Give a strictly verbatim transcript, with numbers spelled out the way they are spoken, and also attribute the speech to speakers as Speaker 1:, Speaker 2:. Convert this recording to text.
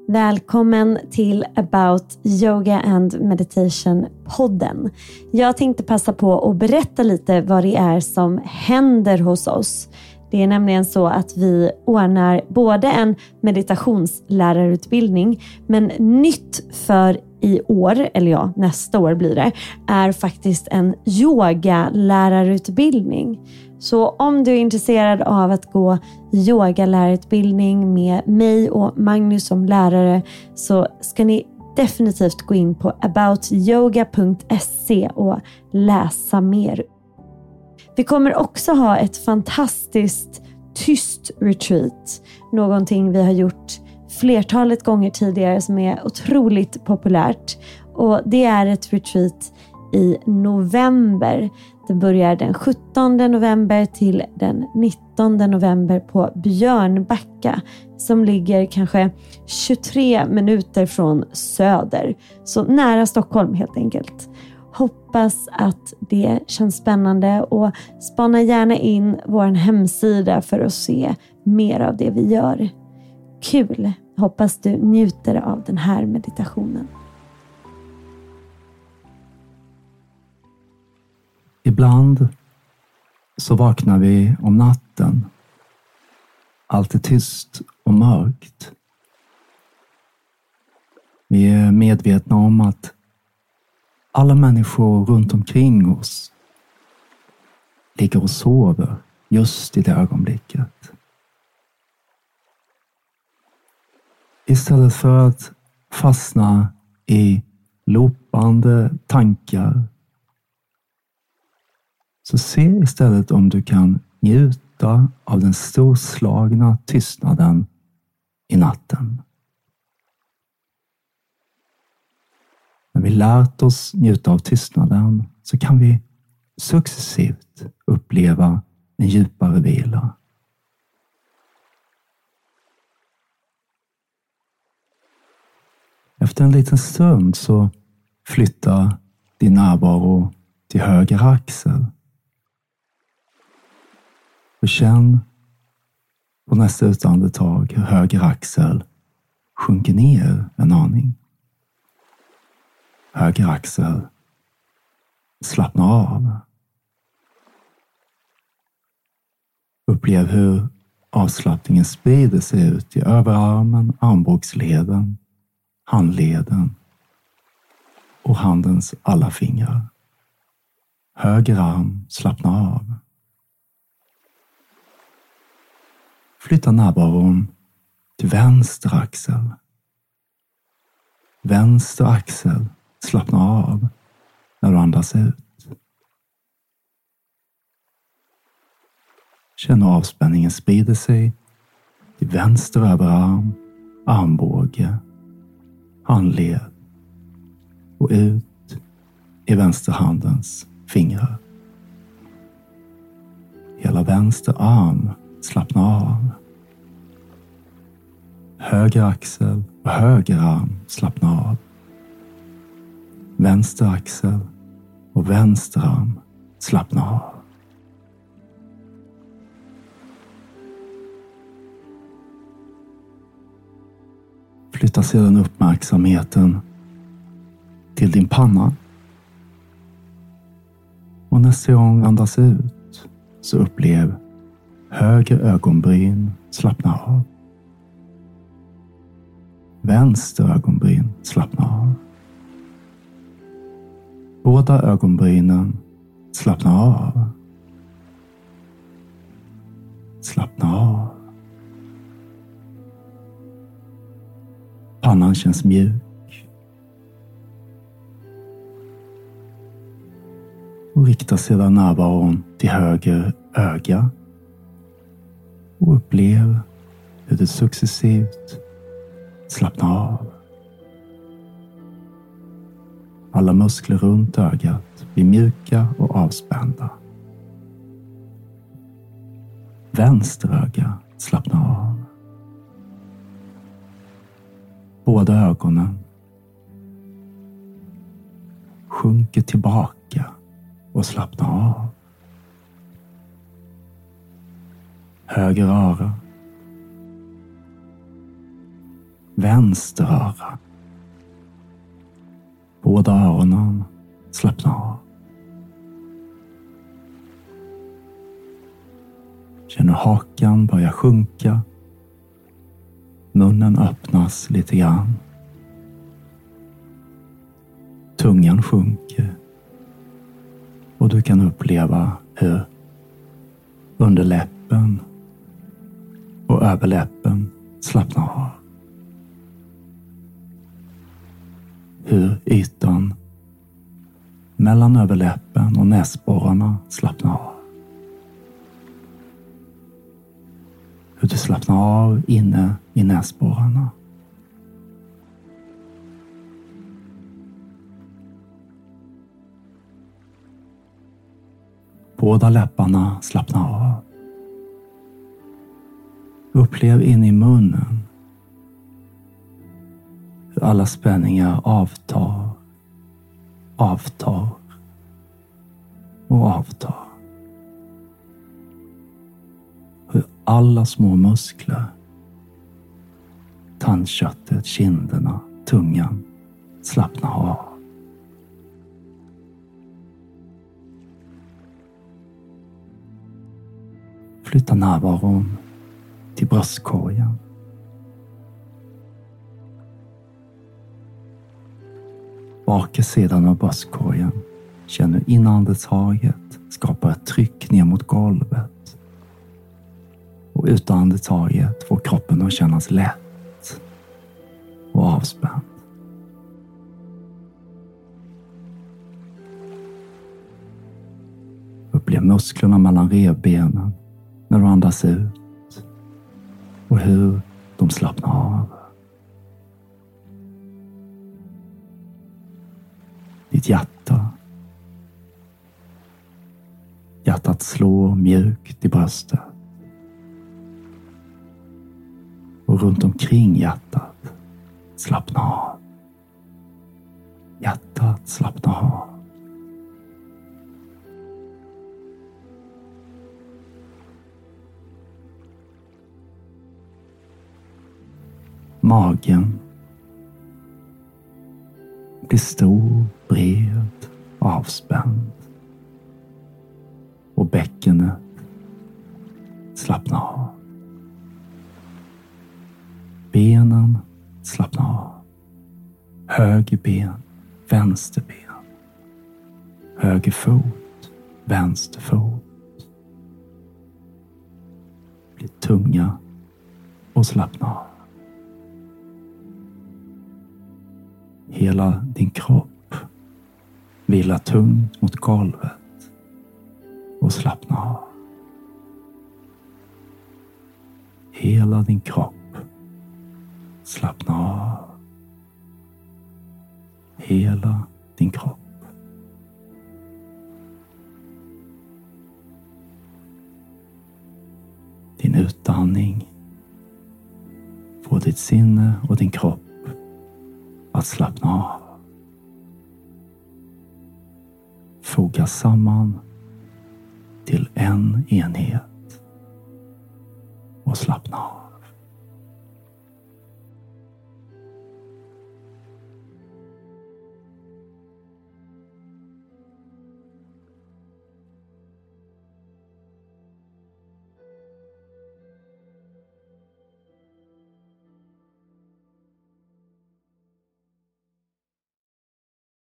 Speaker 1: Välkommen till About Yoga and Meditation-podden. Jag tänkte passa på att berätta lite vad det är som händer hos oss. Det är nämligen så att vi ordnar både en meditationslärarutbildning, men nytt för i år, eller ja, nästa år blir det, är faktiskt en yogalärarutbildning. Så om du är intresserad av att gå yogalärarutbildning med mig och Magnus som lärare, så ska ni definitivt gå in på about yoga punkt se och läsa mer. Vi kommer också ha ett fantastiskt tyst retreat. Någonting vi har gjort flertalet gånger tidigare som är otroligt populärt. Och det är ett retreat i november. Det börjar den sjuttonde november till den nittonde november på Björnbacka, som ligger kanske tjugotre minuter från söder. Så nära Stockholm helt enkelt. Hoppas att det känns spännande och spana gärna in vår hemsida för att se mer av det vi gör. Kul! Hoppas du njuter av den här meditationen.
Speaker 2: Ibland så vaknar vi om natten. Allt är tyst och mörkt. Vi är medvetna om att alla människor runt omkring oss ligger och sover just i det ögonblicket. Istället för att fastna i loopande tankar, så se istället om du kan njuta av den storslagna tystnaden i natten. När vi lärt oss njuta av tystnaden så kan vi successivt uppleva en djupare vila. Efter en liten stund så flyttar din närvaro till höger axel. Och känn på nästa utandetag hur höger axel sjunker ner en aning. Höger axel slappnar av. Upplev hur avslappningen sprider sig ut i överarmen, armbågsleden, handleden och handens alla fingrar. Höger arm slappnar av. Flytta närvaron till vänster axel. Vänster axel slappnar av när du andas ut. Känn hur avspänningen sprider sig till vänster överarm, armbåge, handled och ut i vänsterhandens fingrar. Hela vänster arm slappnar av. Höger axel och höger arm slappnar av. Vänster axel och vänster arm slappnar av. Flytta sedan uppmärksamheten till din panna. Och nästa gång andas ut så upplev höger ögonbryn slappna av. Vänster ögonbryn slappna av. Båda ögonbrynen slappna av. Slappna av. Pannan känns mjuk. Och rikta sedan närvaron till höger öga. Och upplev hur du successivt slappnar av. Alla muskler runt ögat blir mjuka och avspända. Vänster öga slappnar av. Båda ögonen sjunker tillbaka och slappnar av. Höger öra vänster öra. Båda öronen slappnar av. Känner hakan börja sjunka. Munnen öppnas lite grann. Tungan sjunker. Och du kan uppleva hur underläppen och överläppen slappnar av. Hur ytan mellan överläppen och näsborrarna slappnar av. Hur du slappnar av inne i näsborrarna. Båda läpparna slappnar av. Upplev in i munnen hur alla spänningar avtar, avtar och avtar. Hur alla små muskler, tandköttet, kinderna, tungan slappnar av. Flytta närvaron till bröstkorgen. Bakre sidan av bröstkorgen känner inandetaget skapar ett tryck ner mot golvet. Och utandetaget får kroppen att kännas lätt och avspänd. Upplev musklerna mellan revbenen när du andas ut och hur de slappnar av. Ditt hjärta. Hjärtat slår mjukt i bröstet. Och runt omkring hjärtat slappnar av. Hjärtat slappnar av. Magen blir stor, bred, avspänd. Och bäckenet slappnar av. Benen slappnar av. Höger ben, vänster ben. Höger fot, vänster fot. Blir tunga och slappnar av. Hela din kropp vilar tungt mot golvet och slappnar av. Hela din kropp slappnar av. Hela din kropp. Din utandning får ditt sinne och din kropp att slappna av. Fogas samman till en enhet och slappna av.